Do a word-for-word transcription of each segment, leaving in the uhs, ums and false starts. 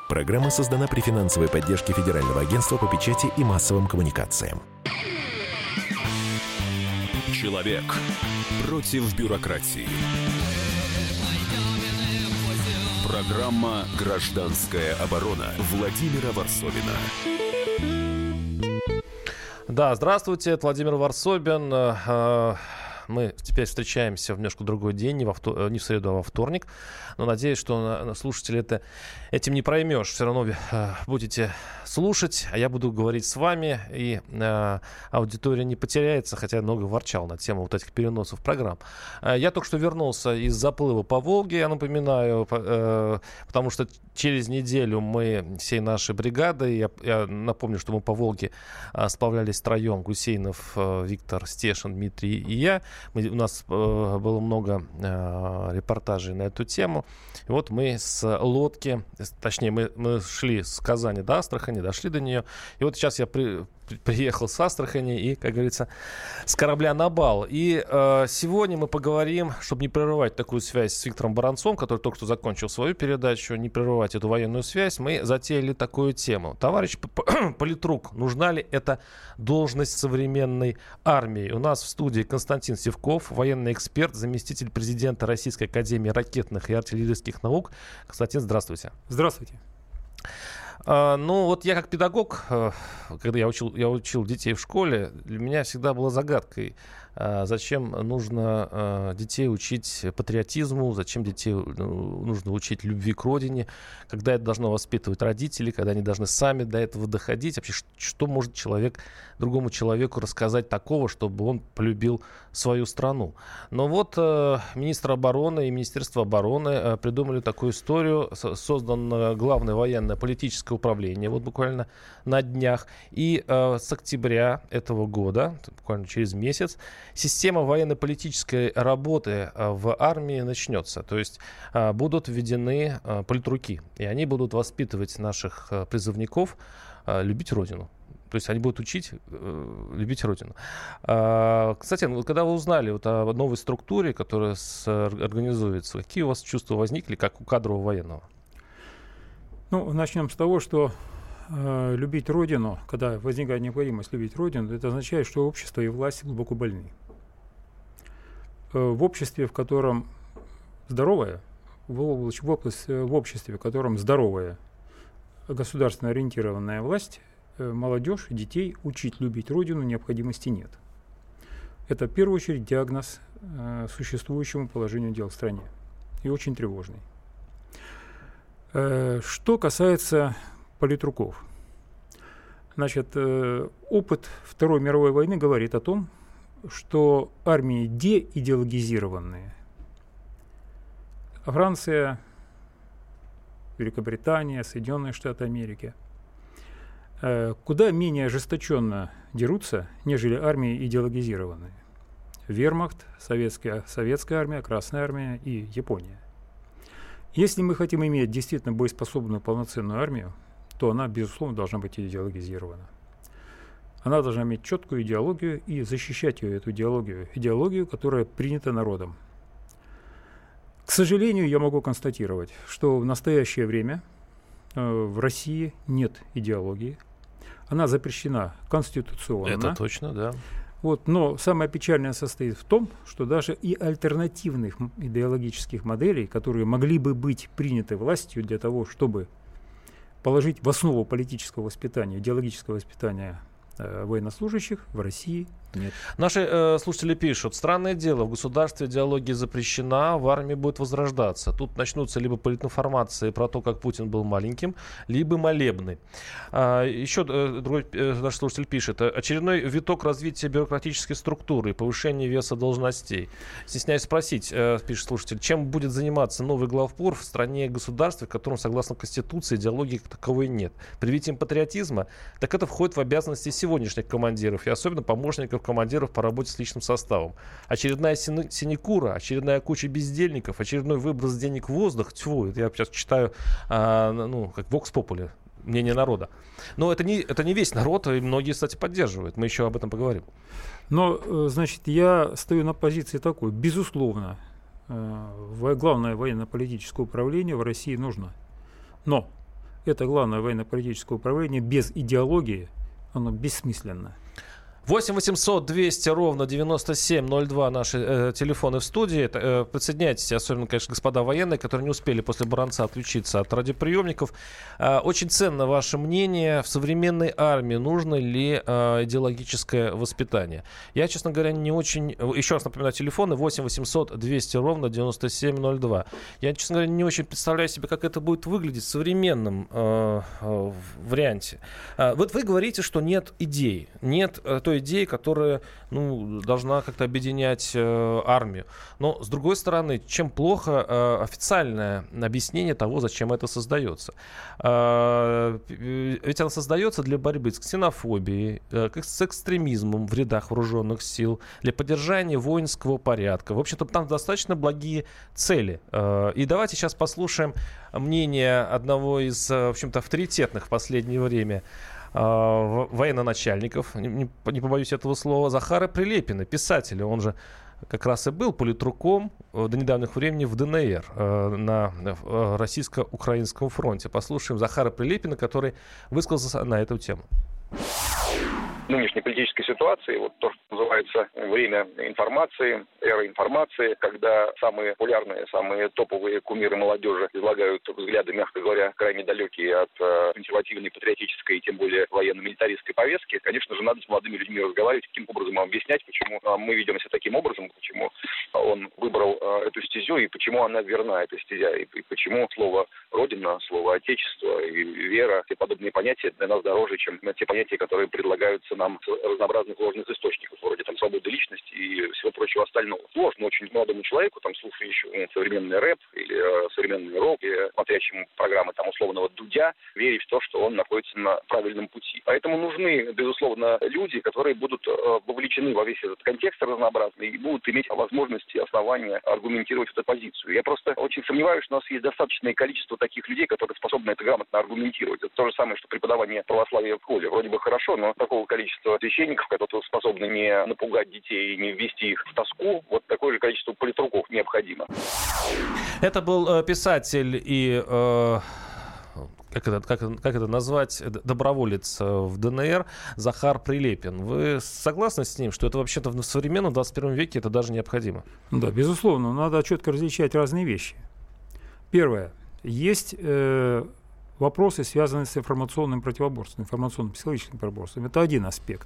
Программа создана при финансовой поддержке Федерального агентства по печати и массовым коммуникациям. Человек против бюрократии. Программа «Гражданская оборона» Владимира Варсобина. Да, здравствуйте, это Владимир Варсобин. Мы теперь встречаемся в немножко другой день, не, во втор... не в среду, а во вторник. Но надеюсь, что слушатели это... этим не проймешь. Все равно э, будете слушать, а я буду говорить с вами. И э, аудитория не потеряется, хотя я много ворчал на тему вот этих переносов программ. Э, я только что вернулся из заплыва по Волге, я напоминаю, э, потому что через неделю мы всей нашей бригадой, я, я напомню, что мы по Волге э, сплавлялись втроем: Гусейнов, э, Виктор, Стешин, Дмитрий и я. Мы, у нас э, было много э, репортажей на эту тему. И вот мы с лодки, точнее, мы, мы шли с Казани до Астрахани, дошли до нее. И вот сейчас я при, приехал с Астрахани и, как говорится, с корабля на бал. И э, сегодня мы поговорим, чтобы не прерывать такую связь с Виктором Баранцом, который только что закончил свою передачу, не прерывать эту военную связь, мы затеяли такую тему. Товарищ политрук, нужна ли эта должность современной армии? У нас в студии Константин Сивков, военный эксперт, заместитель президента Российской академии ракетных и артиллерийских наук. Константин, здравствуйте. Здравствуйте. Uh, ну, вот я как педагог, uh, когда я учил, я учил детей в школе, для меня всегда была загадкой, uh, зачем нужно uh, детей учить патриотизму, зачем детей uh, нужно учить любви к родине, когда это должно воспитывать родители, когда они должны сами до этого доходить. Вообще, что, что может человек другому человеку рассказать такого, чтобы он полюбил свою страну? Но вот uh, министр обороны и Министерство обороны uh, придумали такую историю, создано главное военно-политическое управление вот буквально на днях. И э, с октября этого года, буквально через месяц, система военно-политической работы э, в армии начнется. То есть э, будут введены э, политруки. И они будут воспитывать наших э, призывников э, любить Родину. То есть они будут учить э, любить Родину. А, кстати, вот когда вы узнали вот о новой структуре, которая с, организуется, какие у вас чувства возникли, как у кадрового военного? Ну, начнем с того, что э, любить Родину, когда возникает необходимость любить Родину, это означает, что общество и власть глубоко больны. Э, в обществе, в котором здоровое, в, область, в, область, в обществе, в котором здоровая, государственно ориентированная власть, э, молодежь, детей учить любить Родину необходимости нет. Это в первую очередь диагноз э, существующему положению дел в стране. И очень тревожный. Что касается политруков. Значит, опыт Второй мировой войны говорит о том, что армии деидеологизированные, Франция, Великобритания, Соединенные Штаты Америки, куда менее ожесточенно дерутся, нежели армии идеологизированные. Вермахт, советская, советская армия, Красная армия и Япония. Если мы хотим иметь действительно боеспособную полноценную армию, то она, безусловно, должна быть идеологизирована. Она должна иметь четкую идеологию и защищать ее, эту идеологию, идеологию, которая принята народом. К сожалению, я могу констатировать, что в настоящее время э, в России нет идеологии. Она запрещена конституционно. Это точно, да. Вот, но самое печальное состоит в том, что даже и альтернативных идеологических моделей, которые могли бы быть приняты властью для того, чтобы положить в основу политического воспитания, идеологического воспитания э, военнослужащих, в России нет. Наши э, слушатели пишут: странное дело, в государстве идеология запрещена, в армии будет возрождаться. Тут начнутся либо политинформации про то, как Путин был маленьким, либо молебны. А, еще э, другой э, наш слушатель пишет: очередной виток развития бюрократической структуры и повышения веса должностей. Стесняюсь спросить, э, пишет слушатель, чем будет заниматься новый главпур в стране и государстве, в котором, согласно Конституции, идеологии как таковой нет. Привитием патриотизма, так это входит в обязанности сегодняшних командиров и особенно помощников командиров по работе с личным составом. Очередная синекура, очередная куча бездельников, очередной выброс денег в воздух. Тьфу, это я сейчас читаю, а, ну, как Vox Populi, мнение народа. Но это не, это не весь народ, и многие, кстати, поддерживают. Мы еще об этом поговорим. Но, значит, я стою на позиции такой. Безусловно, главное военно-политическое управление в России нужно. Но Это главное военно-политическое управление. Без идеологии оно бессмысленно. восемь восемьсот двести ровно девяносто семь ноль два наши э, телефоны в студии. Э, присоединяйтесь, особенно, конечно, господа военные, которые не успели после Баранца отключиться от радиоприемников. Э, очень ценно ваше мнение. В современной армии нужно ли э, идеологическое воспитание? Я, честно говоря, не очень... Еще раз напоминаю, телефоны восемь восемьсот двести ровно девяносто семь ноль два. Я, честно говоря, не очень представляю себе, как это будет выглядеть в современном э, э, варианте. Э, вот вы говорите, что нет идей, нет э, той идеи, которая, ну, должна как-то объединять э, армию. Но, с другой стороны, чем плохо э, официальное объяснение того, зачем это создается. Э, ведь оно создается для борьбы с ксенофобией, э, с экстремизмом в рядах вооруженных сил, для поддержания воинского порядка. В общем-то, там достаточно благие цели. Э, и давайте сейчас послушаем мнение одного из, в общем-то, авторитетных в последнее время военно-начальников, не, не побоюсь этого слова, Захара Прилепина, писателя. Он же как раз и был политруком до недавних времени в ДНР на российско-украинском фронте. Послушаем Захара Прилепина, который высказался на эту тему. Нынешней политической ситуации, вот то, что называется время информации, эра информации, когда самые популярные, самые топовые кумиры молодежи излагают взгляды, мягко говоря, крайне далекие от э, консервативной, патриотической и тем более военно-милитаристской повестки, конечно же, надо с молодыми людьми разговаривать, каким образом объяснять, почему э, мы ведем себя таким образом, почему он выбрал э, эту стезю и почему она верна, эта стезя, и, и почему слово «родина», слово «отечество» и «вера», все подобные понятия для нас дороже, чем те понятия, которые предлагаются нам с разнообразных ложных источников, вроде там свободы личности и всего прочего остального. Сложно очень молодому человеку, там, слушающему современный рэп или э, современный рок, или смотрящему программы там условного Дудя, верить в то, что он находится на правильном пути. Поэтому нужны, безусловно, люди, которые будут э, вовлечены во весь этот контекст разнообразный и будут иметь возможности, основания аргументировать эту позицию. Я просто очень сомневаюсь, что у нас есть достаточное количество таких людей, которые способны это грамотно аргументировать. Это то же самое, что преподавание православия в школе. Вроде бы хорошо, но такого количества священников, которые способны не напугать детей и не ввести их в тоску, вот такое же количество политруков необходимо. Это был э, писатель и... Э... Как это, как, как это назвать, доброволец в ДНР Захар Прилепин. Вы согласны с ним, что это вообще-то в современном двадцать первом веке это даже необходимо? Да, безусловно. Надо четко различать разные вещи. Первое. Есть э, вопросы, связанные с информационным противоборством, информационным психологическим противоборством. Это один аспект.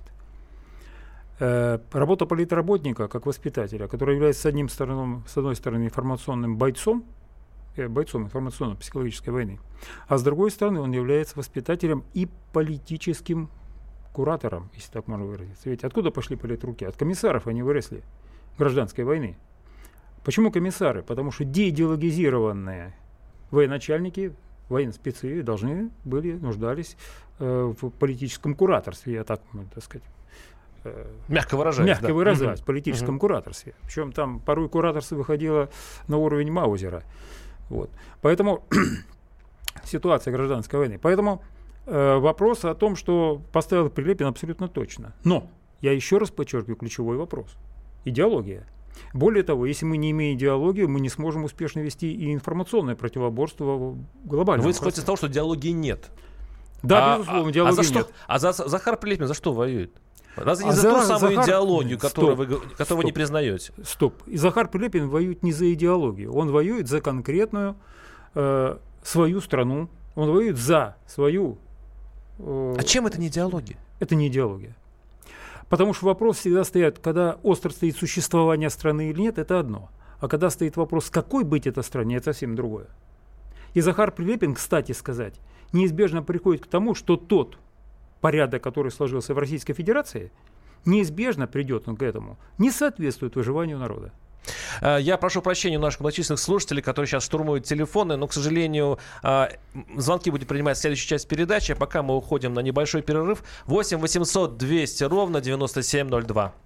Э, работа политработника, как воспитателя, который является с, одним стороном, с одной стороны информационным бойцом, бойцом информационно-психологической войны, а с другой стороны он является воспитателем и политическим куратором, если так можно выразиться. Ведь откуда пошли политруки? От комиссаров они выросли гражданской войны. Почему комиссары? Потому что деидеологизированные военачальники, военспецы должны были, нуждались э, в политическом кураторстве, я так могу так сказать. Мягко выражаясь. Мягко да. выражаясь, uh-huh. в политическом uh-huh. кураторстве. Причем там порой кураторство выходило на уровень Маузера. Вот. Поэтому ситуация гражданской войны. Поэтому э, вопрос о том, что поставил Прилепин, абсолютно точно. Но я еще раз подчеркиваю ключевой вопрос. Идеология. Более того, если мы не имеем идеологию, мы не сможем успешно вести и информационное противоборство глобально. Вы исходите из того, что идеологии нет. Да, а, безусловно, а, идеологии а за что, нет. А за, Захар Прилепин за что воюет? Разве не а за, за ту самую Захар... идеологию, которую, вы, которую Стоп. вы не признаете? Стоп. И Захар Прилепин воюет не за идеологию. Он воюет за конкретную э, свою страну. Он воюет за свою... Э, а чем это не идеология? Это не идеология. Потому что вопрос всегда стоит, когда остро стоит существование страны или нет, это одно. А когда стоит вопрос, какой быть этой стране, это совсем другое. И Захар Прилепин, кстати сказать, неизбежно приходит к тому, что тот порядок, который сложился в Российской Федерации, неизбежно придет он к этому, не соответствует выживанию народа. Я прошу прощения у наших многочисленных слушателей, которые сейчас штурмуют телефоны, но, к сожалению, звонки будет принимать следующая часть передачи, а пока мы уходим на небольшой перерыв. восемь восемьсот двести ровно девяносто семь ноль два.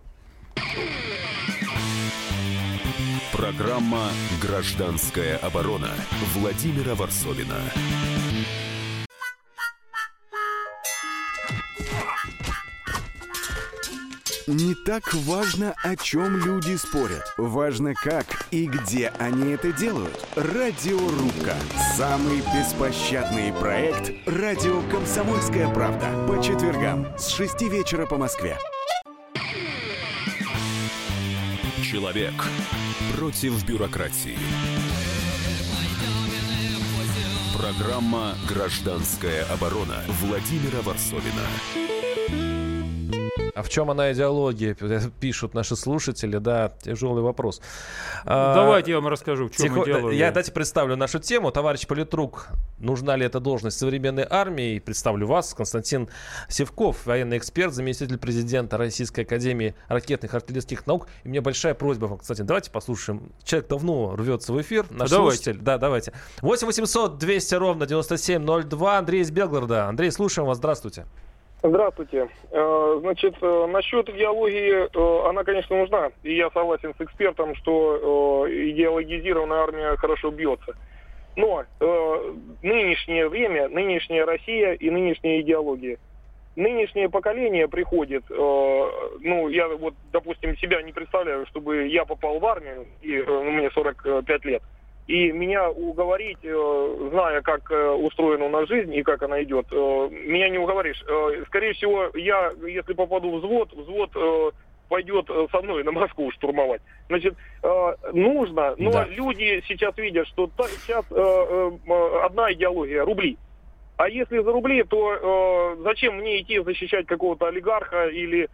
Программа «Гражданская оборона» Владимира Варсовина. Не так важно, о чем люди спорят. Важно, как и где они это делают. Радиорубка. Самый беспощадный проект «Радио Комсомольская правда». По четвергам с шести вечера по Москве. Человек против бюрократии. Программа «Гражданская оборона» Владимира Варсобина. А в чем она идеология, пишут наши слушатели, да, тяжелый вопрос. Давайте я вам расскажу, в чем Тихо... идеология. Я, дайте представлю нашу тему. Товарищ политрук, нужна ли эта должность современной армии? Представлю вас, Константин Севков, военный эксперт, заместитель президента Российской академии ракетных и артиллерийских наук. И у меня большая просьба вам, Константин, давайте послушаем. Человек давно рвется в эфир, наш давайте. слушатель. Да, давайте. восемь восемьсот двести ровно девяносто семь ноль два. Андрей из Белгорода. Андрей, слушаем вас, здравствуйте. Здравствуйте. Значит, насчет идеологии, она, конечно, нужна. И я согласен с экспертом, что идеологизированная армия хорошо бьется. Но нынешнее время, нынешняя Россия и нынешняя идеология. Нынешнее поколение приходит, ну, я вот, допустим, себя не представляю, чтобы я попал в армию, и мне сорок пять лет. И меня уговорить, зная, как устроена у нас жизнь и как она идет, меня не уговоришь. Скорее всего, я, если попаду в взвод, взвод пойдет со мной на Москву штурмовать. Значит, нужно, но да. Люди сейчас видят, что сейчас одна идеология – рубли. А если за рубли, то зачем мне идти защищать какого-то олигарха или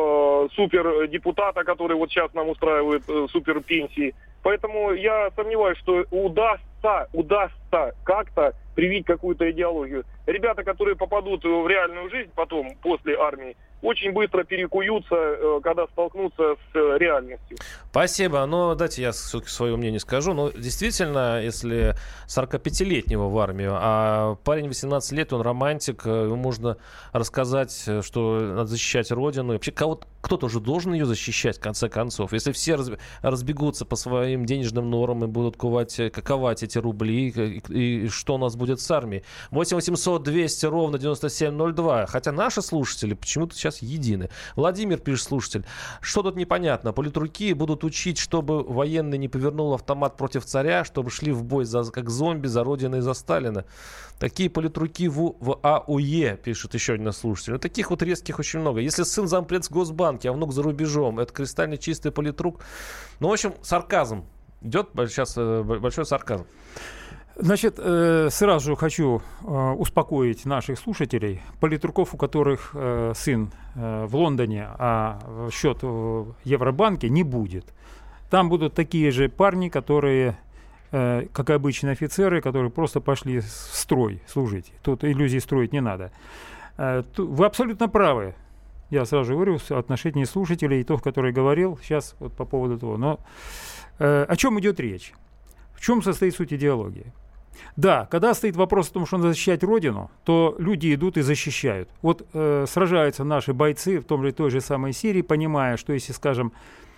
супердепутата, который вот сейчас нам устраивает суперпенсии? Поэтому я сомневаюсь, что удастся, удастся как-то привить какую-то идеологию. Ребята, которые попадут в реальную жизнь потом, после армии, очень быстро перекуются, когда столкнутся с реальностью. Спасибо. Но дайте я все-таки свое мнение скажу. Но действительно, если сорокапятилетнего в армию, а парень восемнадцать лет, он романтик, ему можно рассказать, что надо защищать родину. И вообще кто-то уже должен ее защищать, в конце концов. Если все разбегутся по своим денежным нормам и будут ковать, ковать эти рубли, и, и что у нас будет с армией? восемь восемьсот двести ровно девяносто семь ноль два. Хотя наши слушатели почему-то сейчас едины. Владимир пишет, слушатель, что тут непонятно. Политруки будут учить, чтобы военный не повернул автомат против царя, чтобы шли в бой за, как зомби за Родину и за Сталина. Такие политруки в, в АУЕ, пишет еще один слушатель. Вот таких вот резких очень много. Если сын зампред в Госбанке, а внук за рубежом, это кристально чистый политрук. Ну, в общем, сарказм. Идет сейчас большой сарказм. Значит, э, сразу же хочу э, успокоить наших слушателей. Политруков, у которых э, сын э, в Лондоне, а счет в Евробанке, не будет. Там будут такие же парни, которые, э, как и обычные офицеры, которые просто пошли в строй служить. Тут иллюзий строить не надо. Э, ту, вы абсолютно правы. Я сразу же говорю в отношении слушателей, и тот, который говорил сейчас вот по поводу того. Но э, о чем идет речь? В чем состоит суть идеологии? Да, когда стоит вопрос о том, что надо защищать Родину, то люди идут и защищают. Вот э, сражаются наши бойцы в том же, той же самой Сирии, понимая, что если, скажем,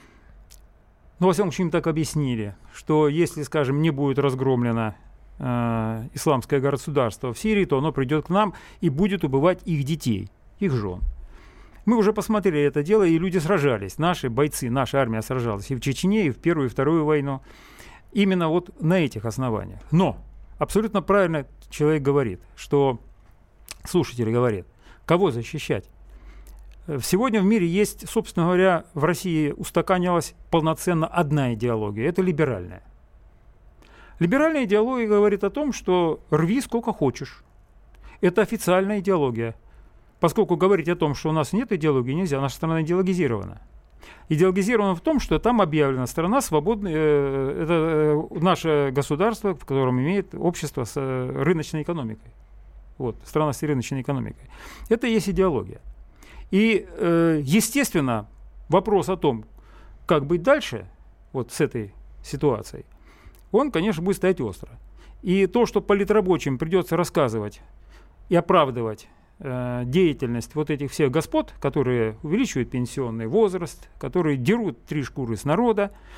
ну, во всяком случае, им так объяснили, что если, скажем, не будет разгромлено э, исламское государство в Сирии, то оно придет к нам и будет убивать их детей, их жен. Мы уже посмотрели это дело, и люди сражались. Наши бойцы, наша армия сражалась и в Чечне, и в Первую, и Вторую войну. Именно вот на этих основаниях. Но абсолютно правильно человек говорит, что слушатель говорит, кого защищать? Сегодня в мире есть, собственно говоря, в России устаканилась полноценно одна идеология. Это либеральная. Либеральная идеология говорит о том, что рви сколько хочешь. Это официальная идеология. Поскольку говорить о том, что у нас нет идеологии, нельзя, наша страна идеологизирована. Идеологизирована в том, что там объявлена страна свободная, э, это э, наше государство, в котором имеет общество с э, рыночной экономикой. Вот, страна с рыночной экономикой. Это и есть идеология. И, э, естественно, вопрос о том, как быть дальше вот с этой ситуацией, он, конечно, будет стоять остро. И то, что политрабочим придется рассказывать и оправдывать деятельность вот этих всех господ, которые увеличивают пенсионный возраст, которые дерут три шкуры с народа,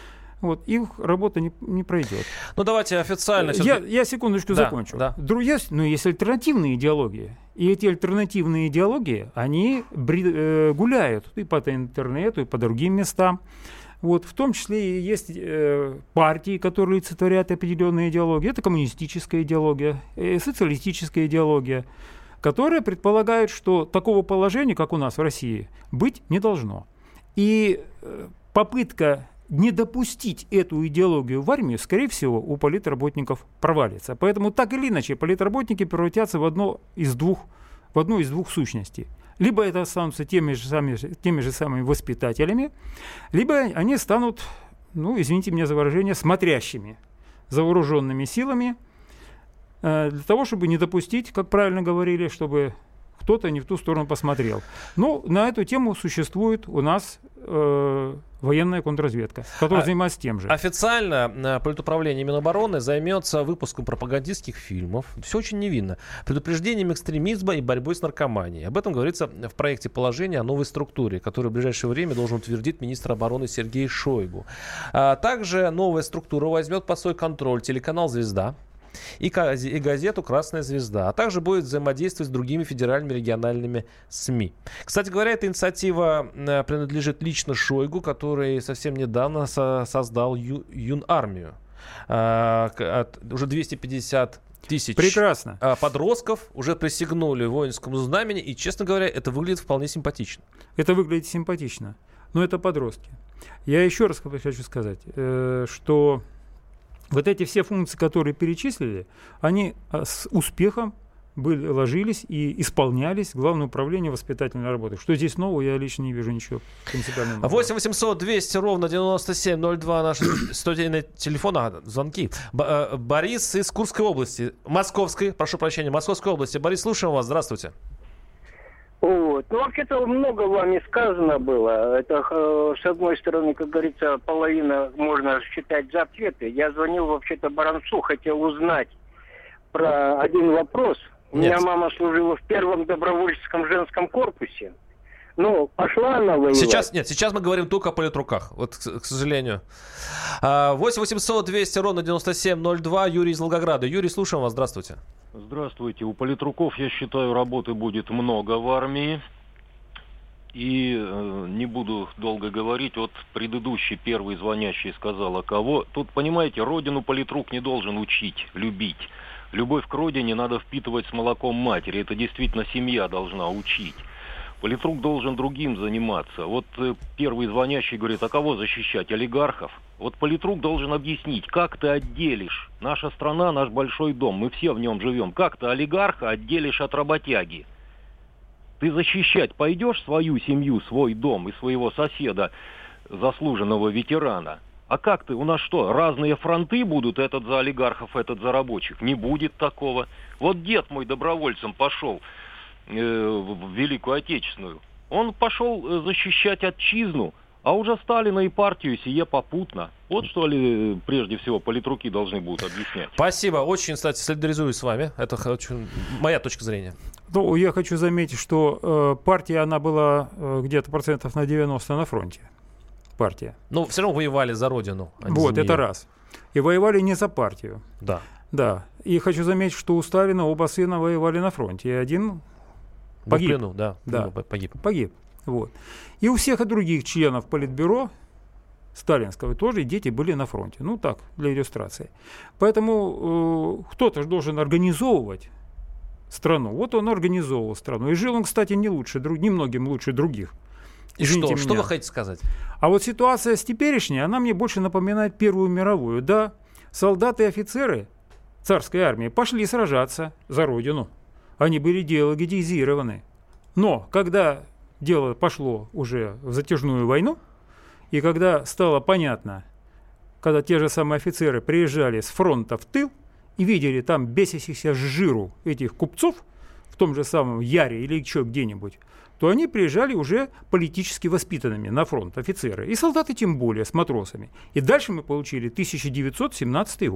вот, их работа не, не пройдет. Ну, давайте официально... Я, я секундочку да, закончу. Да. Друзья, но есть альтернативные идеологии. И эти альтернативные идеологии, они бри, э, гуляют и по интернету, и по другим местам. Вот, в том числе и есть э, партии, которые олицетворяют определенные идеологии. Это коммунистическая идеология, э, социалистическая идеология, которые предполагают, что такого положения, как у нас в России, быть не должно. И э, попытка не допустить эту идеологию в армию, скорее всего, у политработников провалится. Поэтому так или иначе политработники превратятся в, одно из двух, в одну из двух сущностей. Либо это останутся теми же, самыми, теми же самыми воспитателями, либо они станут, ну, извините меня за выражение, смотрящими за вооруженными силами, э, для того, чтобы не допустить, как правильно говорили, чтобы кто-то не в ту сторону посмотрел. Ну, на эту тему существует у нас э, военная контрразведка, которая а, занимается тем же. Официально политуправление Минобороны займется выпуском пропагандистских фильмов. Все очень невинно. Предупреждением экстремизма и борьбой с наркоманией. Об этом говорится в проекте положения о новой структуре, которую в ближайшее время должен утвердить министр обороны Сергей Шойгу. А также новая структура возьмет под свой контроль телеканал «Звезда» и газету «Красная звезда», а также будет взаимодействовать с другими федеральными региональными СМИ. Кстати говоря, эта инициатива принадлежит лично Шойгу, который совсем недавно со- создал ю- юнармию. А, от, уже двести пятьдесят тысяч Прекрасно. подростков уже присягнули воинскому знамени, и, честно говоря, это выглядит вполне симпатично. Это выглядит симпатично, но это подростки. Я еще раз хочу сказать, э, что вот эти все функции, которые перечислили, они с успехом были, ложились и исполнялись Главное управление воспитательной работы. Что здесь нового, я лично не вижу ничего принципиального. восемь восемьсот двести ровно девяносто семь ноль два наш студийный телефон, а, звонки. Б- Борис из Курской области, Московской, прошу прощения, Московской области. Борис, слушаем вас, здравствуйте. Вот. Ну, вообще-то много вами сказано было. Это, э, с одной стороны, как говорится, половина можно считать за ответы. Я звонил вообще-то Баранцу, хотел узнать про один вопрос. У Нет. меня мама служила в первом добровольческом женском корпусе. Ну, пошла она воевать. Сейчас, нет, сейчас мы говорим только о политруках, вот, к, к сожалению. восемь восемьсот двести ровно девяносто семь ноль два, Юрий из Волгограда. Юрий, слушаем вас, здравствуйте. Здравствуйте. У политруков, я считаю, работы будет много в армии. И э, не буду долго говорить. Вот предыдущий первый звонящий сказал, а кого. Тут, понимаете, родину политрук не должен учить, любить. Любовь к родине надо впитывать с молоком матери. Это действительно семья должна учить. Политрук должен другим заниматься. Вот э, первый звонящий говорит, а кого защищать? Олигархов? Вот политрук должен объяснить, как ты отделишь. Наша страна, наш большой дом, мы все в нем живем. Как ты олигарха отделишь от работяги? Ты защищать пойдешь свою семью, свой дом и своего соседа, заслуженного ветерана? А как ты? У нас что, разные фронты будут? Этот за олигархов, этот за рабочих? Не будет такого. Вот дед мой добровольцем пошел э, в Великую Отечественную. Он пошел защищать отчизну, а уже Сталина и партию сие попутно. Вот что ли прежде всего политруки должны будут объяснять. Спасибо. Очень, кстати, солидаризуюсь с вами. Это очень... моя точка зрения. Ну, я хочу заметить, что э, партия, она была э, где-то процентов на девяносто на фронте. Партия. Ну, все равно воевали за родину. А не вот, за это раз. И воевали не за партию. Да. Да. И хочу заметить, что у Сталина оба сына воевали на фронте. И один погиб. В плену, да. Да. Погиб. Погиб. Вот. И у всех других членов Политбюро сталинского тоже дети были на фронте. Ну так, для иллюстрации. Поэтому э, кто-то же должен организовывать страну. Вот он организовывал страну. И жил он, кстати, не лучше, друг, немногим лучше других. И что? Что вы хотите сказать? А вот ситуация с теперешней, она мне больше напоминает Первую мировую. Да, солдаты и офицеры царской армии пошли сражаться за родину. Они были деологизированы. Но когда дело пошло уже в затяжную войну, и когда стало понятно, когда те же самые офицеры приезжали с фронта в тыл и видели там бесящихся с жиру этих купцов, в том же самом Яре или еще где-нибудь, то они приезжали уже политически воспитанными на фронт, офицеры. И солдаты тем более, с матросами. И дальше мы получили тысяча девятьсот семнадцатый год.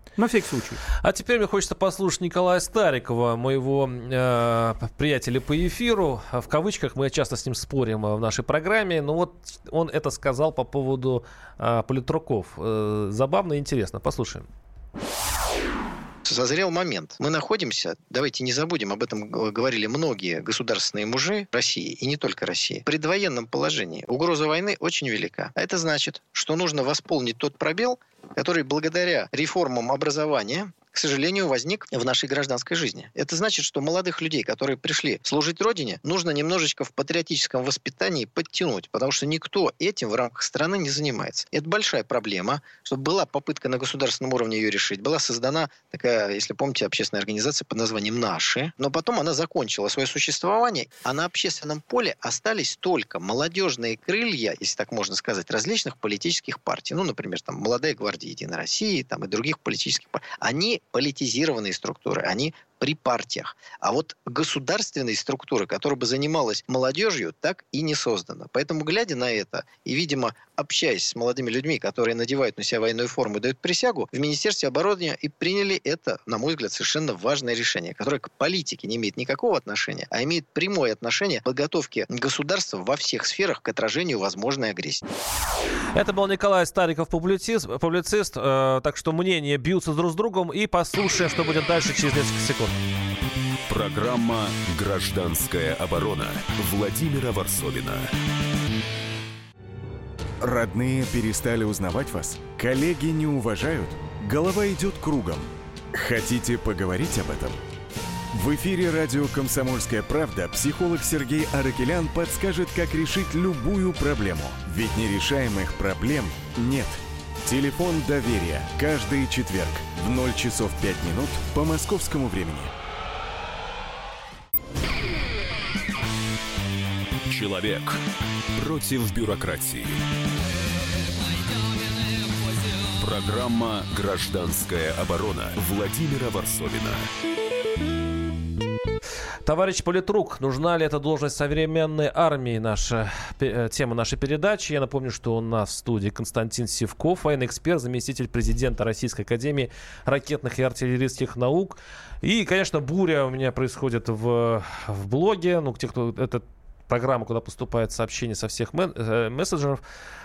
На всякий случай. А теперь мне хочется послушать Николая Старикова, моего э, приятеля по эфиру. В кавычках, мы часто с ним спорим в нашей программе. Но вот он это сказал по поводу э, политруков. Э, забавно и интересно. Послушаем. Созрел момент. Мы находимся, давайте не забудем, об этом говорили многие государственные мужи России, и не только России, в предвоенном положении. Угроза войны очень велика. А это значит, что нужно восполнить тот пробел, который благодаря реформам образования, к сожалению, возник в нашей гражданской жизни. Это значит, что молодых людей, которые пришли служить Родине, нужно немножечко в патриотическом воспитании подтянуть, потому что никто этим в рамках страны не занимается. Это большая проблема, чтобы была попытка на государственном уровне ее решить. Была создана такая, если помните, общественная организация под названием «Наши», но потом она закончила свое существование, а на общественном поле остались только молодежные крылья, если так можно сказать, различных политических партий. Ну, например, там «Молодая гвардия Единой России» там, и других политических партий. Они политизированные структуры, они при партиях. А вот государственной структуры, которая бы занималась молодежью, так и не создана. Поэтому, глядя на это и, видимо, общаясь с молодыми людьми, которые надевают на себя военную форму и дают присягу, в Министерстве обороны и приняли это, на мой взгляд, совершенно важное решение, которое к политике не имеет никакого отношения, а имеет прямое отношение к подготовке государства во всех сферах к отражению возможной агрессии. Это был Николай Стариков, публицист, публицист э, так что мнения бьются друг с другом, и послушаем, что будет дальше через несколько секунд. Программа «Гражданская оборона» Владимира Варсовина. Родные перестали узнавать вас? Коллеги не уважают? Голова идет кругом. Хотите поговорить об этом? В эфире радио «Комсомольская правда» психолог Сергей Аракелян подскажет, как решить любую проблему. Ведь нерешаемых проблем нет. Телефон доверия. Каждый четверг в ноль часов пять минут по московскому времени. Человек против бюрократии. Программа «Гражданская оборона» Владимира Варсовина. Товарищ политрук, нужна ли эта должность современной армии? Наша тема нашей передачи. Я напомню, что у нас в студии Константин Сивков, военный эксперт, заместитель президента Российской академии ракетных и артиллерийских наук. И, конечно, буря у меня происходит в, в блоге. Ну, те, кто это программа, куда поступают сообщения со всех мессенджеров.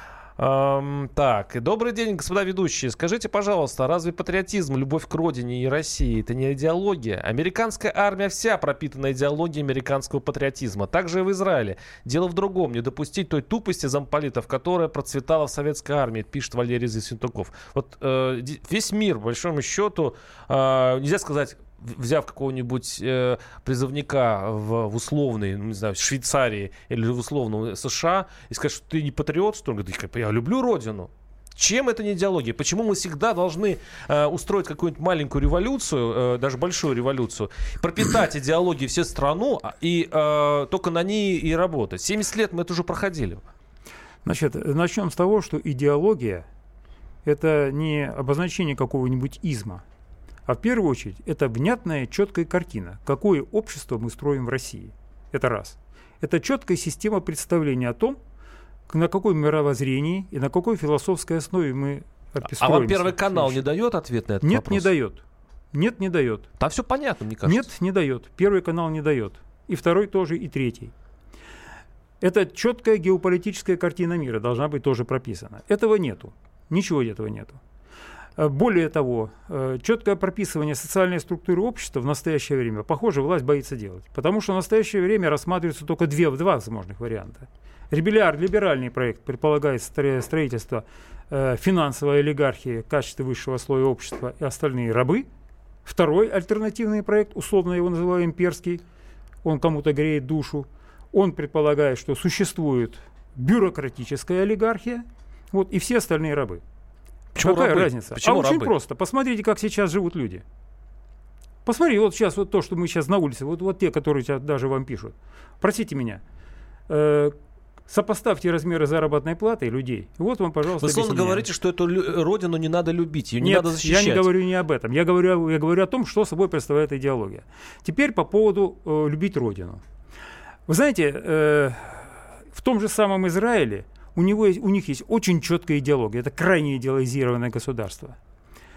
Эм, так, добрый день, господа ведущие. Скажите, пожалуйста, разве патриотизм, любовь к родине и России — это не идеология? Американская армия вся пропитана идеологией американского патриотизма. Также и в Израиле. Дело в другом. Не допустить той тупости замполитов, которая процветала в советской армии, пишет Валерий Засентуков. Вот э, весь мир, по большому счету, э, нельзя сказать, взяв какого-нибудь э, призывника в, в условной, ну, не знаю, Швейцарии или в условном США, и сказать, что ты не патриот, что он говорит, я люблю родину. Чем это не идеология? Почему мы всегда должны э, устроить какую-нибудь маленькую революцию, э, даже большую революцию, пропитать идеологией всю страну и э, только на ней и работать? семьдесят лет мы это уже проходили. Значит, начнем с того, что идеология – это не обозначение какого-нибудь изма. А в первую очередь это внятная, четкая картина, какое общество мы строим в России. Это раз. Это четкая система представления о том, на каком мировоззрении и на какой философской основе мы строимся. А вам Первый канал не дает ответ на этот Нет, вопрос? не дает. Нет, не дает. Там все понятно, мне кажется. Нет, не дает. Первый канал не дает. И второй тоже, и третий. Это четкая геополитическая картина мира должна быть тоже прописана. Этого нету. Ничего этого нету. Более того, четкое прописывание социальной структуры общества в настоящее время, похоже, власть боится делать. Потому что в настоящее время рассматриваются только две, два возможных варианта. Ребеляр, либеральный проект предполагает строительство э, финансовой олигархии, качества высшего слоя общества и остальные рабы. Второй альтернативный проект, условно его называю имперский, он кому-то греет душу. Он предполагает, что существует бюрократическая олигархия, вот, и все остальные рабы. Почему Какая рабы? разница? Почему а очень рабы? просто. Посмотрите, как сейчас живут люди. Посмотри, вот сейчас вот то, что мы сейчас на улице, вот, вот те, которые сейчас даже вам пишут. Простите меня. Э, сопоставьте размеры заработной платы людей. Вот вам, пожалуйста, Вы словно объяснение. говорите, что эту лю- родину не надо любить, ее не Нет, надо защищать. я не говорю не об этом. Я говорю, я говорю о том, что собой представляет идеология. Теперь по поводу э, любить родину. Вы знаете, э, в том же самом Израиле у, него есть, у них есть очень четкая идеология. Это крайне идеализированное государство.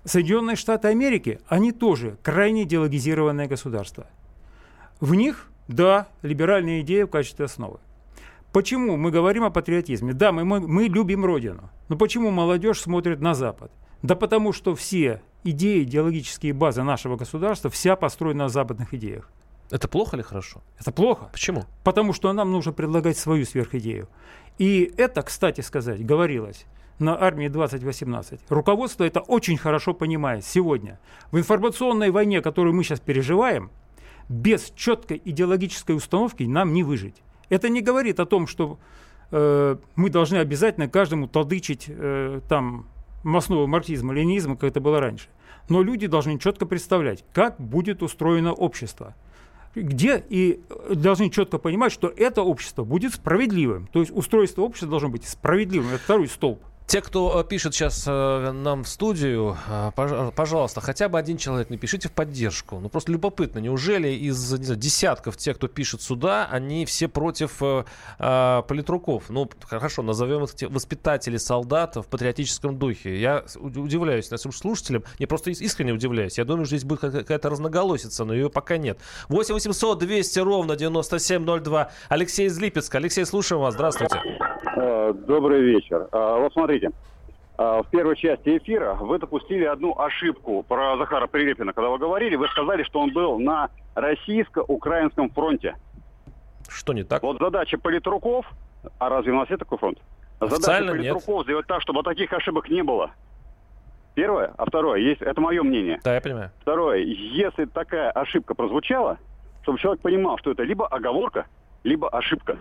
Соединенные Штаты Америки, они тоже крайне идеологизированное государство. В них, да, либеральная идея в качестве основы. Почему мы говорим о патриотизме? Да, мы, мы, мы любим Родину. Но почему молодежь смотрит на Запад? Да потому что все идеи, идеологические базы нашего государства, вся построена на западных идеях. Это плохо или хорошо? Это плохо. Почему? Потому что нам нужно предлагать свою сверхидею. И это, кстати сказать, говорилось на армии двадцать восемнадцать. Руководство это очень хорошо понимает сегодня. В информационной войне, которую мы сейчас переживаем, без четкой идеологической установки нам не выжить. Это не говорит о том, что э, мы должны обязательно каждому толдычить э, там основу марксизма, ленинизма, как это было раньше. Но люди должны четко представлять, как будет устроено общество. Где и должны четко понимать, что это общество будет справедливым. То есть устройство общества должно быть справедливым. Это второй столб. Те, кто пишет сейчас э, нам в студию, э, пож- пожалуйста, хотя бы один человек напишите в поддержку. Ну, просто любопытно, неужели из не знаю, десятков тех, кто пишет сюда, они все против э, э, политруков? Ну, хорошо, назовем их воспитателей солдат в патриотическом духе. Я удивляюсь нашим слушателям, я просто искренне удивляюсь. Я думаю, что здесь будет какая-то разноголосица, но ее пока нет. восемь восемьсот двести ровно девяносто семь ноль два. Алексей из Липецка. Алексей, слушаем вас. Здравствуйте. Добрый вечер. Вот смотрите, в первой части эфира вы допустили одну ошибку про Захара Прилепина. Когда вы говорили, вы сказали, что он был на российско-украинском фронте. Что не так? Вот задача политруков, а разве у нас есть такой фронт? Официально задача политруков нет. сделать так, чтобы таких ошибок не было. Первое. А второе, есть, это мое мнение. Да, я понимаю. Второе, если такая ошибка прозвучала, чтобы человек понимал, что это либо оговорка, либо ошибка.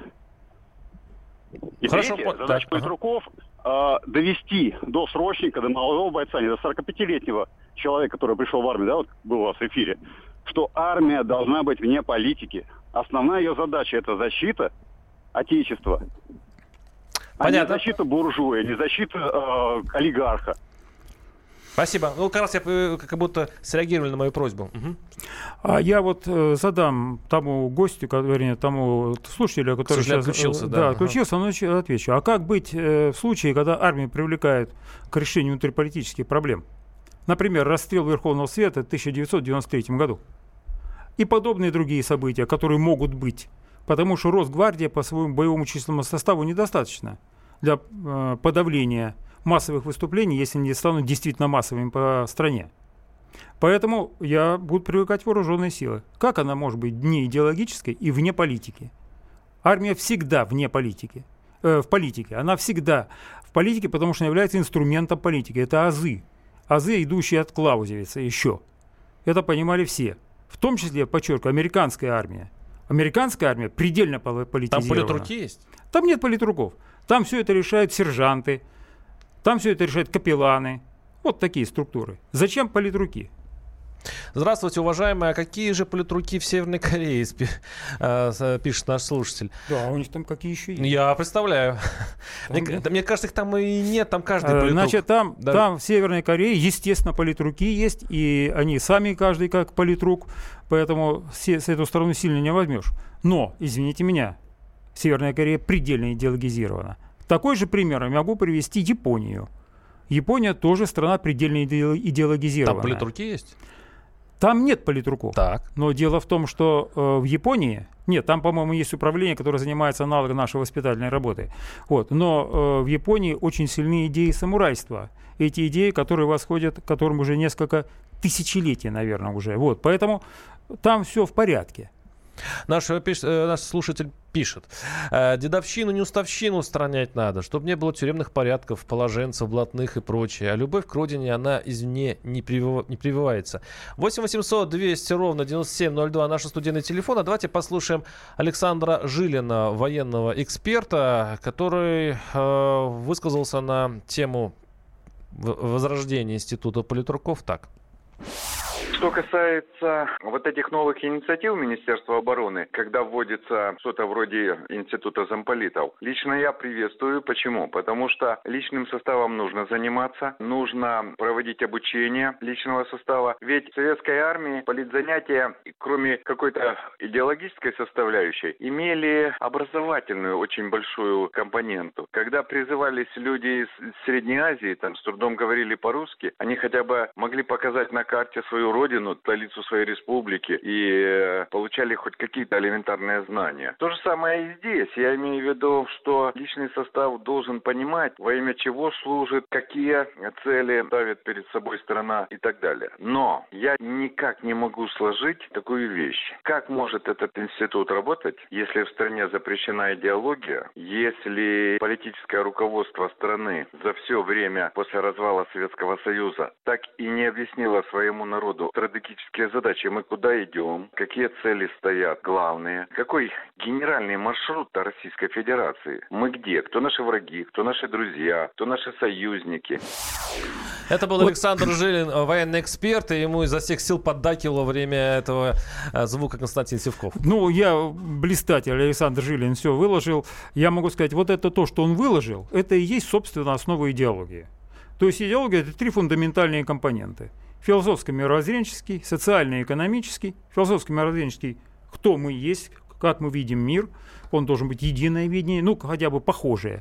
И Хорошо, третье, по... задача да. политруков ага. э, довести до срочника, до молодого бойца, не до сорокапятилетнего человека, который пришел в армию, да, вот был у вас в эфире, что армия должна быть вне политики. Основная ее задача – это защита Отечества. Понятно. А не защита буржуя, не защита э, олигарха. Спасибо. Ну, как раз я как будто среагировали на мою просьбу. Угу. А я вот э, задам тому гостю, вернее, тому слушателю, который сейчас отключился, э, да, да, ага. отключился, но отвечу. А как быть э, в случае, когда армию привлекают к решению внутриполитических проблем? Например, расстрел Верховного Совета в тысяча девятьсот девяносто третьем году. И подобные другие события, которые могут быть. Потому что Росгвардия по своему боевому численному составу недостаточно для э, подавления массовых выступлений, если они станут действительно массовыми по стране. Поэтому я буду привлекать вооруженные силы. Как она может быть не идеологической и вне политики? Армия всегда вне политики. Э, в политике. Она всегда в политике, потому что она является инструментом политики. Это азы. Азы, идущие от Клаузевица еще. Это понимали все. В том числе, подчеркиваю, американская армия. Американская армия предельно политизирована. Там политруки есть? Там нет политруков. Там все это решают сержанты. Там все это решают капелланы. Вот такие структуры. Зачем политруки? Здравствуйте, уважаемые. А какие же политруки в Северной Корее, пишет наш слушатель? Да, у них там какие еще есть. Я представляю. Там, мне, да. мне кажется, их там и нет, там каждый политрук. Значит, там, да. там в Северной Корее, естественно, политруки есть, и они сами каждый как политрук, поэтому с, с эту сторону сильно не возьмешь. Но, извините меня, Северная Корея предельно идеологизирована. Такой же пример я могу привести Японию. Япония тоже страна предельно идеологизированная. Там политруки есть? Там нет политруков. Так. Но дело в том, что э, в Японии... Нет, там, по-моему, есть управление, которое занимается аналогом нашей воспитательной работы. Вот. Но э, в Японии очень сильны идеи самурайства. Эти идеи, которые восходят, к которым уже несколько тысячелетий, наверное, уже. Вот. Поэтому там все в порядке. Наш, наш слушатель пишет. Дедовщину, неуставщину устранять надо, чтобы не было тюремных порядков, положенцев, блатных и прочее. А любовь к родине, она извне не, привив... не прививается. восемь восемьсот двести ровно девяносто семь ноль два наш студийный телефон. А давайте послушаем Александра Жилина, военного эксперта, который э, высказался на тему возрождения института политруков так. Что касается вот этих новых инициатив Министерства обороны, когда вводится что-то вроде института замполитов, лично я приветствую. Почему? Потому что личным составом нужно заниматься, нужно проводить обучение личного состава. Ведь в советской армии политзанятия, кроме какой-то идеологической составляющей, имели образовательную очень большую компоненту. Когда призывались люди из Средней Азии, там с трудом говорили по-русски, они хотя бы могли показать на карте свою родину, столицу своей республики и э, получали хоть какие-то элементарные знания. То же самое и здесь. Я имею в виду, что личный состав должен понимать, во имя чего служит, какие цели ставит перед собой страна и так далее. Но я никак не могу сложить такую вещь. Как может этот институт работать, если в стране запрещена идеология, если политическое руководство страны за все время после развала Советского Союза так и не объяснило своему народу стратегические задачи, мы куда идем, какие цели стоят главные, какой генеральный маршрут Российской Федерации, мы где, кто наши враги, кто наши друзья, кто наши союзники. Это был вот. Александр Жилин, военный эксперт, и ему изо всех сил поддакивал во время этого звука Константин Сивков. Ну, я блистатель, Александр Жилин все выложил. Я могу сказать, вот это то, что он выложил, это и есть, собственно, основа идеологии. То есть идеология — это три фундаментальные компоненты. Философско-мировоззренческий, социально-экономический. Философско-мировоззренческий — кто мы есть, как мы видим мир. Он должен быть единое видение, ну, хотя бы похожее.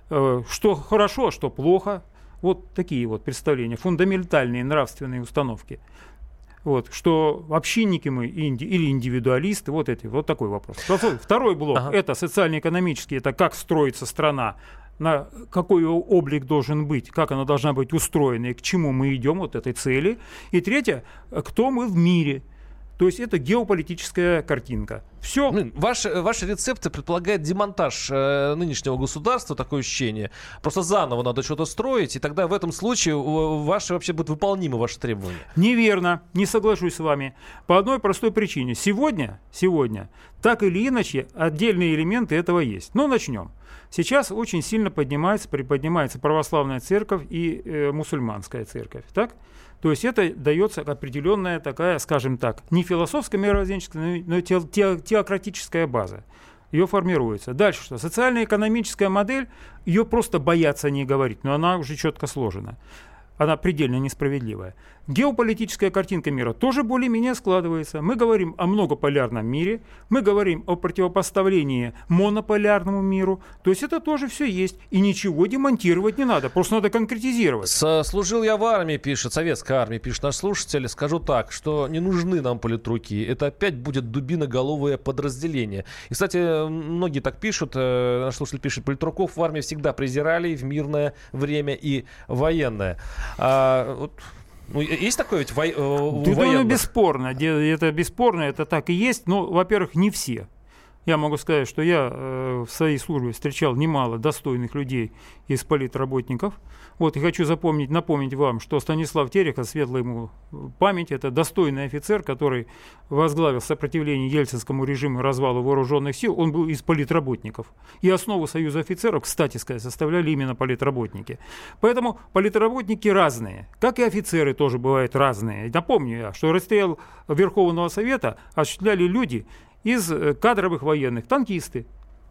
Что хорошо, а что плохо. Вот такие вот представления, фундаментальные нравственные установки. Вот, что общинники мы инди, или индивидуалисты, вот эти, вот такой вопрос. Второй блок ага. это социально-экономический, это как строится страна, на какой облик должен быть, как она должна быть устроена и к чему мы идем, вот этой цели. И третье, кто мы в мире. То есть это геополитическая картинка. Все. Ваши, ваши рецепты предполагают демонтаж э, нынешнего государства, такое ощущение. Просто заново надо что-то строить, и тогда в этом случае ваши вообще будут выполнимы ваши требования. Неверно, не соглашусь с вами. По одной простой причине. Сегодня, сегодня, так или иначе, отдельные элементы этого есть. Но начнем. Сейчас очень сильно поднимается, приподнимается православная церковь и э, мусульманская церковь. Так? То есть это дается определенная такая, скажем так, не философская мировоззренческая, но те, те, теократическая база. Ее формируется. Дальше что? Социально-экономическая модель, ее просто боятся не говорить, но она уже четко сложена. Она предельно несправедливая. Геополитическая картинка мира тоже более-менее складывается. Мы говорим о многополярном мире, мы говорим о противопоставлении монополярному миру. То есть это тоже все есть. И ничего демонтировать не надо, просто надо конкретизировать. Служил я в армии, пишет, советской армии, пишет наш слушатель. Скажу так, что не нужны нам политруки. Это опять будет дубиноголовое подразделение. И, кстати, многие так пишут, наш слушатель пишет, политруков в армии всегда презирали в мирное время и военное. А, вот, ну, есть такое ведь во, у да, военных? Ну, бесспорно. Это бесспорно, это так и есть. Но, во-первых, не все. Я могу сказать, что я э, в своей службе встречал немало достойных людей из политработников. Вот, и хочу запомнить, напомнить вам, что Станислав Терехов, светлая ему память, это достойный офицер, который возглавил сопротивление ельцинскому режиму и развалу вооруженных сил. Он был из политработников. И основу Союза офицеров, кстати сказать, составляли именно политработники. Поэтому политработники разные, как и офицеры тоже бывают разные. Напомню я, что расстрел Верховного Совета осуществляли люди из кадровых военных, танкисты.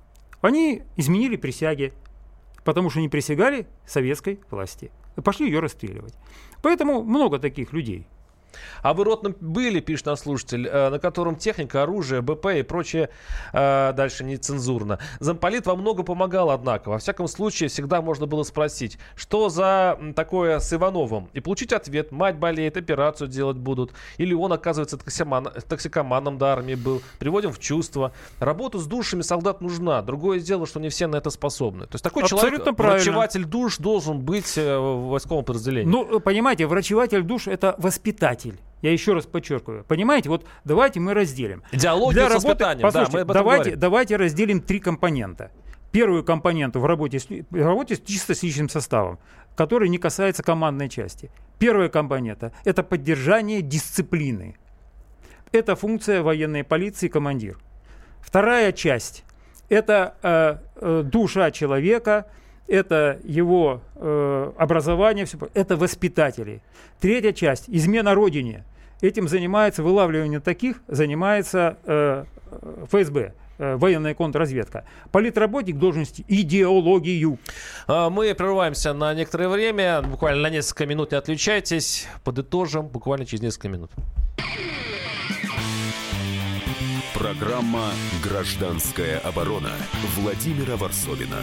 Они изменили присяги, потому что не присягали советской власти. Пошли ее расстреливать. Поэтому много таких людей. А вы ротным были, пишет наш слушатель, на котором техника, оружие, БП и прочее э, дальше нецензурно. Замполит вам много помогал, однако. Во всяком случае, всегда можно было спросить, что за такое с Ивановым? И получить ответ: мать болеет, операцию делать будут. Или он, оказывается, токсикоман, токсикоманом до армии был. Приводим в чувство. Работа с душами солдат нужна. Другое дело, что не все на это способны. То есть такой абсолютно человек, правильно. врачеватель душ, должен быть в войсковом подразделении. Ну, понимаете, врачеватель душ — это воспитатель. Я еще раз подчеркиваю. Понимаете, вот давайте мы разделим. Идеологию с воспитанием. Послушайте, да, мы об этом давайте, говорим. давайте разделим три компонента. Первую компоненту в работе, в работе чисто с личным составом, который не касается командной части. Первая компонента – это поддержание дисциплины. Это функция военной полиции, командир. Вторая часть – это э, э, душа человека, это его э, образование, все, это воспитатели. Третья часть – измена родине. этим занимается, вылавливание таких занимается э, ФСБ. Военная контрразведка. Политработник должен нести идеологию. Мы прерываемся на некоторое время. Буквально на несколько минут не отключайтесь. Подытожим буквально через несколько минут. Программа «Гражданская оборона» Владимира Варсовина.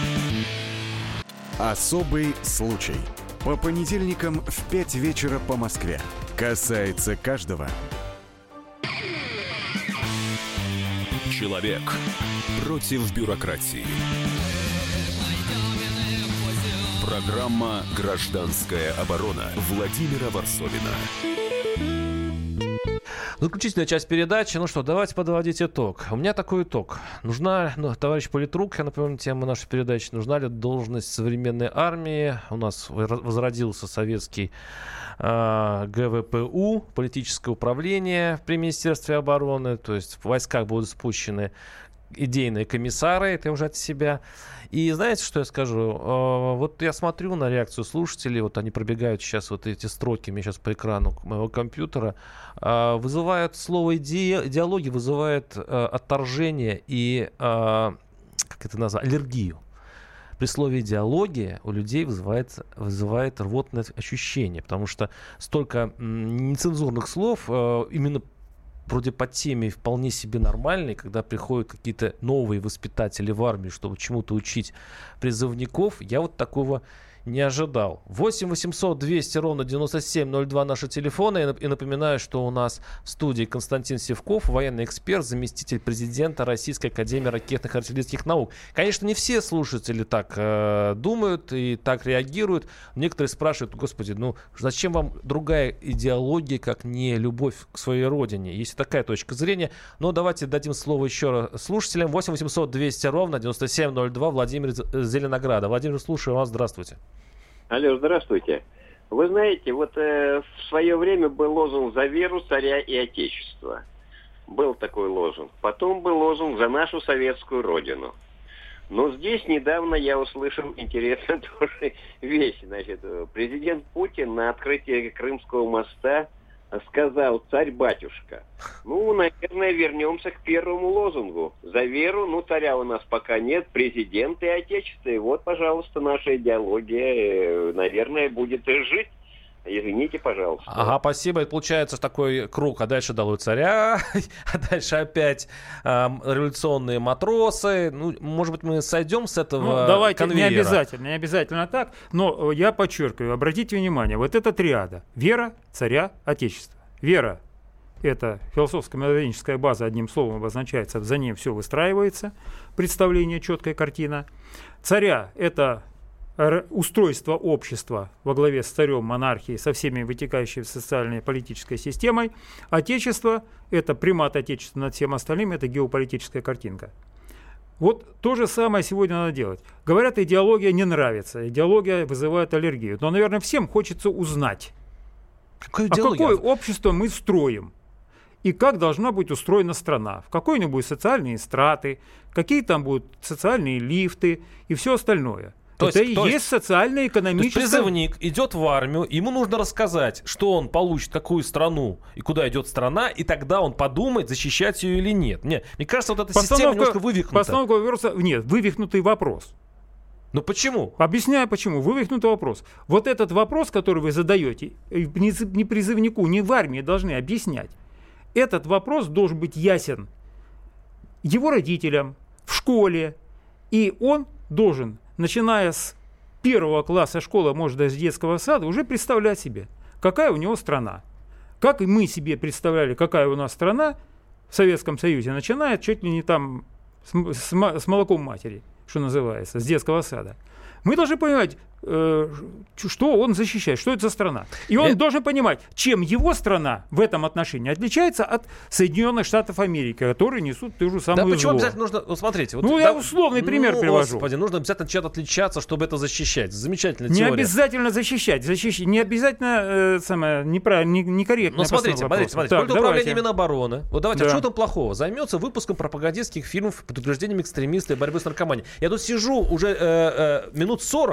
Особый случай. По понедельникам в пять вечера по Москве. Касается каждого. Человек против бюрократии. Программа «Гражданская оборона» Владимира Варсовина. Заключительная часть передачи. Ну что, давайте подводить итог. У меня такой итог. Нужна, ну, товарищ политрук, я напомню тему нашей передачи, нужна ли должность современной армии? У нас возродился советский э, ГВПУ, политическое управление при Министерстве обороны. То есть в войсках будут спущены идейные комиссары, это уже от себя. И знаете, что я скажу? Вот я смотрю на реакцию слушателей, вот они пробегают сейчас вот эти строки, мне сейчас по экрану моего компьютера, вызывают слово иде... идеология, вызывает отторжение и, как это назвать, аллергию. При слове идеология у людей вызывает, вызывает рвотное ощущение, потому что столько нецензурных слов именно вроде по теме вполне себе нормальной, когда приходят какие-то новые воспитатели в армию, чтобы чему-то учить призывников, я вот такого не ожидал. восемь восемьсот двести ровно девяносто семь ноль два наши телефоны. И напоминаю, что у нас в студии Константин Сивков, военный эксперт, заместитель президента Российской академии ракетных и артиллерийских наук. Конечно, не все слушатели так э, думают и так реагируют. Некоторые спрашивают: господи, ну зачем вам другая идеология, как не любовь к своей родине? Есть такая точка зрения. Но давайте дадим слово еще раз слушателям. восемь восемьсот двести ровно девяносто семь ноль два. Владимир Зеленограда. Владимир, слушаю вас. Здравствуйте. Алло, здравствуйте. Вы знаете, вот э, в свое время был лозунг «За веру, царя и отечество». Был такой лозунг. Потом был лозунг «За нашу советскую родину». Но здесь недавно я услышал интересную тоже вещь. Значит, президент Путин на открытии Крымского моста сказал: «Царь-батюшка». Ну, наверное, вернемся к первому лозунгу. За веру, ну, царя у нас пока нет, президент и отечество. И вот, пожалуйста, наша идеология, наверное, будет и жить. Извините, пожалуйста. Ага, спасибо. Это получается такой круг. А дальше долой царя, а дальше опять э, революционные матросы. Ну, может быть, мы сойдем с этого ну, давайте, конвейера? Не обязательно, не обязательно так. Но я подчеркиваю, обратите внимание, вот эта триада. Вера, царя, отечество. Вера — это философско-методическая база, одним словом обозначается, за ней все выстраивается, представление, четкая картина. Царя — это устройство общества во главе с царем, монархией, со всеми вытекающей социальной и политической системой. Отечество – это примат отечества над всем остальным, это геополитическая картинка. Вот то же самое сегодня надо делать. Говорят, идеология не нравится, идеология вызывает аллергию. Но, наверное, всем хочется узнать, а какое общество мы строим. И как должна быть устроена страна, в какой-нибудь социальные страты, какие там будут социальные лифты и все остальное. То это есть, и то есть, есть социально-экономическое... Призывник идет в армию, ему нужно рассказать, что он получит, какую страну и куда идет страна, и тогда он подумает, защищать ее или нет. Мне, мне кажется, вот эта постановка, система немножко вывихнута. Постановка вопроса... Нет, вывихнутый вопрос. Ну почему? Объясняю почему. Вывихнутый вопрос. Вот этот вопрос, который вы задаете, не призывнику, не в армии должны объяснять. Этот вопрос должен быть ясен его родителям, в школе, и он должен... начиная с первого класса школы, может, даже с детского сада, уже представлять себе, какая у него страна. Как и мы себе представляли, какая у нас страна в Советском Союзе, начиная чуть ли не там с, с, с молоком матери, что называется, с детского сада. Мы должны понимать, э, что он защищает, что это за страна. И он Я... должен понимать, чем его страна в этом отношении отличается от Соединенных Штатов Америки, которые несут ту же самую зло. Да почему обязательно нужно... Вот смотрите. Вот, ну, да, я условный пример ну, привожу. Господи, нужно обязательно чем-то отличаться, чтобы это защищать. Замечательная теория. Не обязательно защищать. защищать. Не обязательно, э, самое, неправильно, не, некорректно. Ну, смотрите, смотрите, смотрите. Так, управление Минобороны. Вот давайте, да. а что там плохого? Займется выпуском пропагандистских фильмов, предупреждением экстремистов и борьбы с наркоманией. Я тут сижу уже э, э, минут сорок,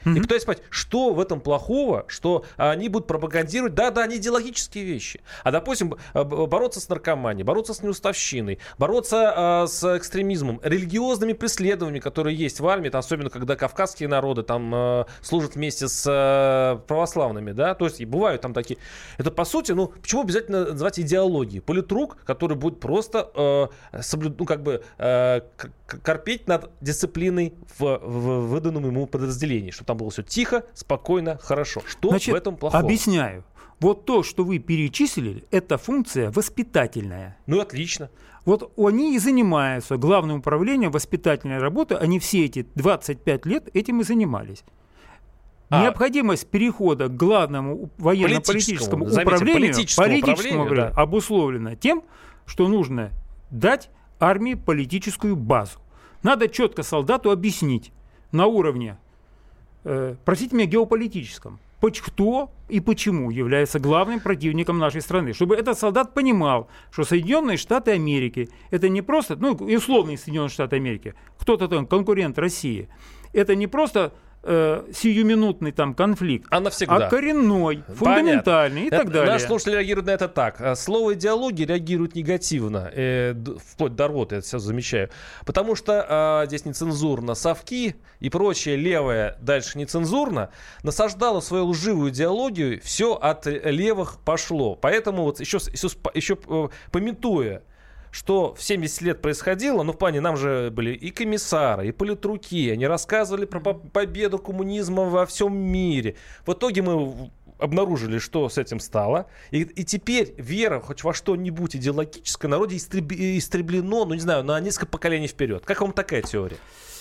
Mm-hmm. И пытаюсь понять, что в этом плохого, что они будут пропагандировать, да-да, они идеологические вещи. А, допустим, бороться с наркоманией, бороться с неуставщиной, бороться а, с экстремизмом, религиозными преследованиями, которые есть в армии, особенно когда кавказские народы там а, служат вместе с а, православными, да, то есть и бывают там такие. Это, по сути, ну, почему обязательно называть идеологией? Политрук, который будет просто э, соблюд... ну, как бы э, корпеть над дисциплиной в, в выданном ему подразделении, чтобы там было все тихо, спокойно, хорошо. Что Значит, в этом плохого? Объясняю. Вот то, что вы перечислили, это функция воспитательная. Ну, отлично. Вот они и занимаются, главным управлением воспитательной работы, они все эти двадцать пять лет этим и занимались. А. Необходимость перехода к главному военно-политическому управлению, политическому политическому управлению, да. обусловлено тем, что нужно дать армии политическую базу. Надо четко солдату объяснить на уровне, э, простите меня, геополитическом, кто и почему является главным противником нашей страны. Чтобы этот солдат понимал, что Соединенные Штаты Америки это не просто, ну, условные Соединенные Штаты Америки, кто-то там конкурент России, это не просто э, сиюминутный там конфликт, а навсегда. А коренной, фундаментальный. Понятно. И так это, далее. Наш слушатель реагирует на это так. Слово идеология реагирует негативно, э, вплоть до рвоты, я это все замечаю. Потому что э, здесь нецензурно совки и прочее левое дальше нецензурно насаждало свою лживую идеологию, все от левых пошло. Поэтому вот еще, еще, еще э, пометуя, что в семьдесят лет происходило, ну, в плане, нам же были и комиссары, и политруки, они рассказывали про победу коммунизма во всем мире. В итоге мы обнаружили, что с этим стало, и, и теперь вера хоть во что-нибудь идеологическое в народе истреб, истреблено, ну, не знаю, на несколько поколений вперед. Как вам такая теория?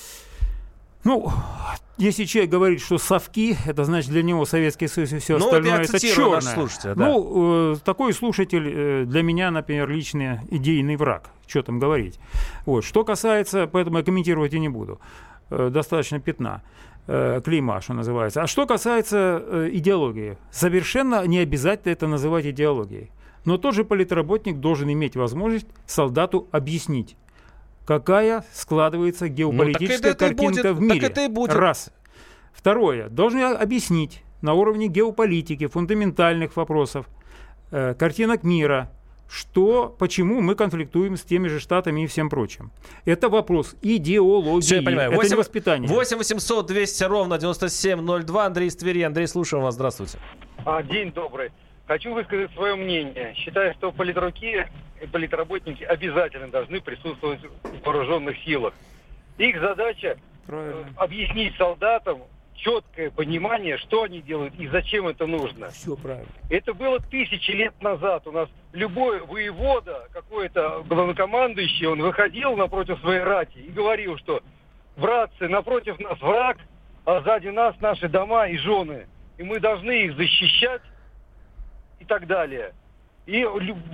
Ну, если человек говорит, что совки, это значит для него Советский Союз и все ну, остальное, это черное. Да. Ну, э, такой слушатель э, для меня, например, личный идейный враг. Что там говорить. Вот. Что касается, поэтому я комментировать и не буду. Э, достаточно пятна. Э, клейма, что называется. А что касается э, идеологии, совершенно не обязательно это называть идеологией. Но тот же политработник должен иметь возможность солдату объяснить, какая складывается геополитическая ну, картинка будет, в мире. Так это и будет. Раз. Второе. Должны объяснить на уровне геополитики, фундаментальных вопросов, э, картинок мира, что, почему мы конфликтуем с теми же Штатами и всем прочим. Это вопрос идеологии. Все, я понимаю. Это восемь, не воспитание. восемь восемьсот двести ровно девяносто семь ноль два. Андрей из Твери. Андрей, слушаем вас. Здравствуйте. А, день добрый. Хочу высказать свое мнение. Считаю, что политруки и политработники обязательно должны присутствовать в вооруженных силах. Их задача э, объяснить солдатам четкое понимание, что они делают и зачем это нужно. Все правильно. Это было тысячи лет назад. У нас любой воевода, какой-то главнокомандующий, он выходил напротив своей рати и говорил, что братцы, напротив нас враг, а сзади нас наши дома и жены. И мы должны их защищать. И так далее. И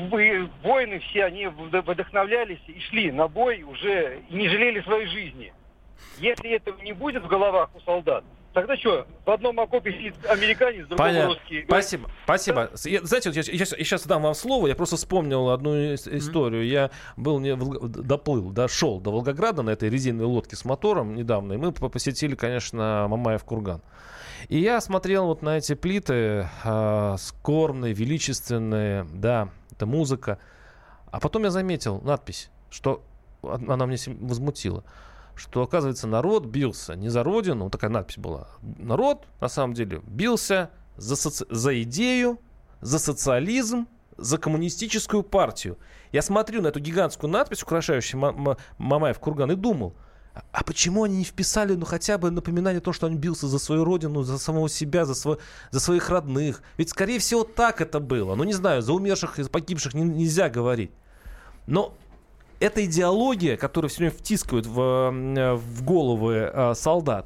воины все, они вдохновлялись и шли на бой уже, и не жалели своей жизни. Если этого не будет в головах у солдат, тогда что, в одном окопе сидит американец, в другом русский. Спасибо, спасибо. Я, знаете, вот я, я, я сейчас дам вам слово, я просто вспомнил одну историю. Mm-hmm. Я был, не, доплыл, дошел до Волгограда на этой резиновой лодке с мотором недавно, и мы посетили, конечно, Мамаев курган. И я смотрел вот на эти плиты, э, скорбные, величественные, да, это музыка. А потом я заметил надпись, что она меня возмутила, что, оказывается, народ бился не за родину, вот такая надпись была. Народ, на самом деле, бился за, соци... за идею, за социализм, за коммунистическую партию. Я смотрю на эту гигантскую надпись, украшающую Мамаев курган, и думал, а почему они не вписали, ну, хотя бы напоминание о том, что он бился за свою родину, за самого себя, за, сво... за своих родных? Ведь, скорее всего, так это было. Ну, не знаю, за умерших и за погибших не, нельзя говорить. Но эта идеология, которую все время втискивают в, в головы э, солдат,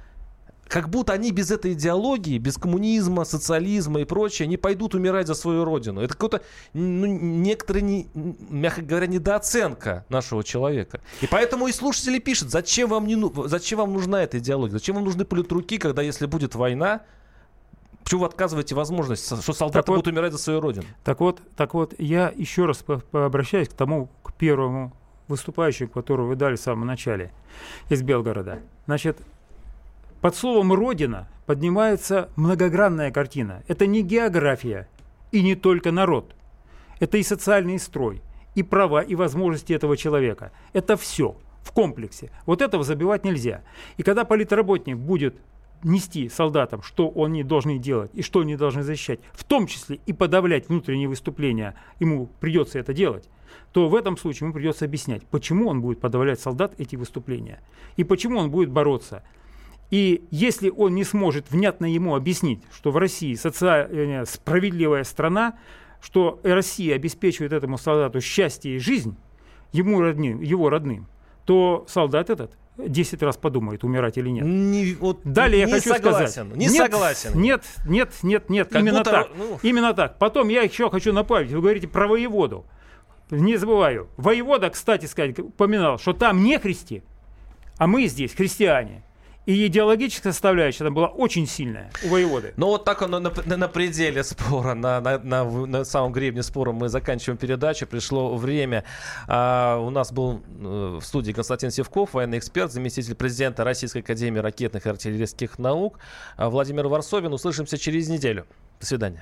как будто они без этой идеологии, без коммунизма, социализма и прочее, не пойдут умирать за свою родину. Это какая-то, ну, некоторая, не, мягко говоря, недооценка нашего человека. И поэтому и слушатели пишут, зачем вам, не, зачем вам нужна эта идеология, зачем вам нужны политруки, когда, если будет война, почему вы отказываете возможность, что солдаты вот, будут умирать за свою родину? Так вот, так вот, я еще раз по- пообращаюсь к тому, к первому выступающему, которого вы дали в самом начале, из Белгорода. Значит, под словом «родина» поднимается многогранная картина. Это не география и не только народ. Это и социальный строй, и права, и возможности этого человека. Это все в комплексе. Вот этого забивать нельзя. И когда политработник будет нести солдатам, что они должны делать и что они должны защищать, в том числе и подавлять внутренние выступления, ему придется это делать, то в этом случае ему придется объяснять, почему он будет подавлять солдат эти выступления и почему он будет бороться. И если он не сможет внятно ему объяснить, что в России социально справедливая страна, что Россия обеспечивает этому солдату счастье и жизнь, ему родным, его родным, то солдат этот десять раз подумает, умирать или нет. Не, вот, Далее не я хочу согласен, сказать. Не нет, согласен. Нет, нет, нет, нет, как именно будто, так. Ну... Именно так. Потом я еще хочу напомнить, вы говорите про воеводу. Не забываю. Воевода, кстати сказать, упоминал, что там не христи, а мы здесь христиане. И идеологическая составляющая там была очень сильная у воеводы. Ну вот так он на, на, на пределе спора, на, на, на, на самом гребне спора мы заканчиваем передачу. Пришло время. А, у нас был в студии Константин Сивков, военный эксперт, заместитель президента Российской академии ракетных и артиллерийских наук. А, Владимир Варсобин. Услышимся через неделю. До свидания.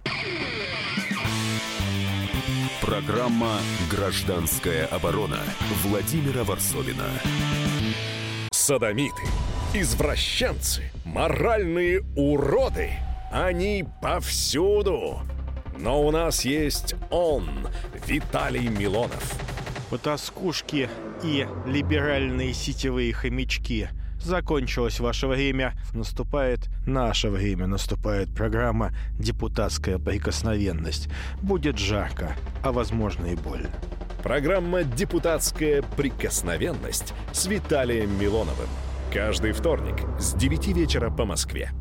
Программа «Гражданская оборона» Владимира Варсобина. Содомиты, извращенцы, моральные уроды. Они повсюду. Но у нас есть он, Виталий Милонов. Потаскушки и либеральные сетевые хомячки. Закончилось ваше время. Наступает наше время. Наступает программа «Депутатская прикосновенность». Будет жарко, а возможно и больно. Программа «Депутатская прикосновенность» с Виталием Милоновым. Каждый вторник с девяти вечера по Москве.